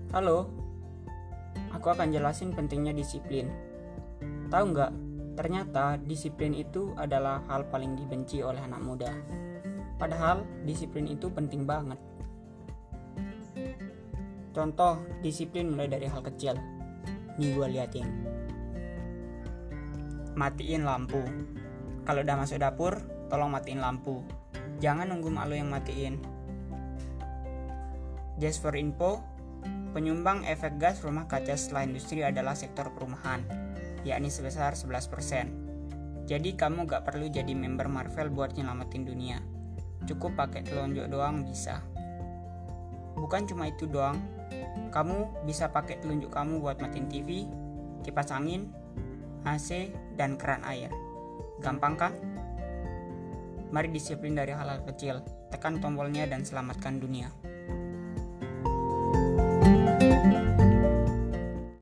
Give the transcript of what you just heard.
Halo, aku akan jelasin pentingnya disiplin. Tahu nggak, ternyata disiplin itu adalah hal paling dibenci oleh anak muda. Padahal disiplin itu penting banget. Contoh, disiplin mulai dari hal kecil. Nih gue liatin. Matiin lampu. Kalau udah masuk dapur, tolong matiin lampu. Jangan nunggu mak lo yang matiin. Just for info, penyumbang efek gas rumah kaca setelah industri adalah sektor perumahan, yakni sebesar 11%. Jadi kamu gak perlu jadi member Marvel buat nyelamatin dunia. Cukup pakai telunjuk doang bisa. Bukan cuma itu doang, kamu bisa pakai telunjuk kamu buat matiin TV, kipas angin, AC, dan keran air. Gampang kan? Mari disiplin dari hal-hal kecil, tekan tombolnya dan selamatkan dunia.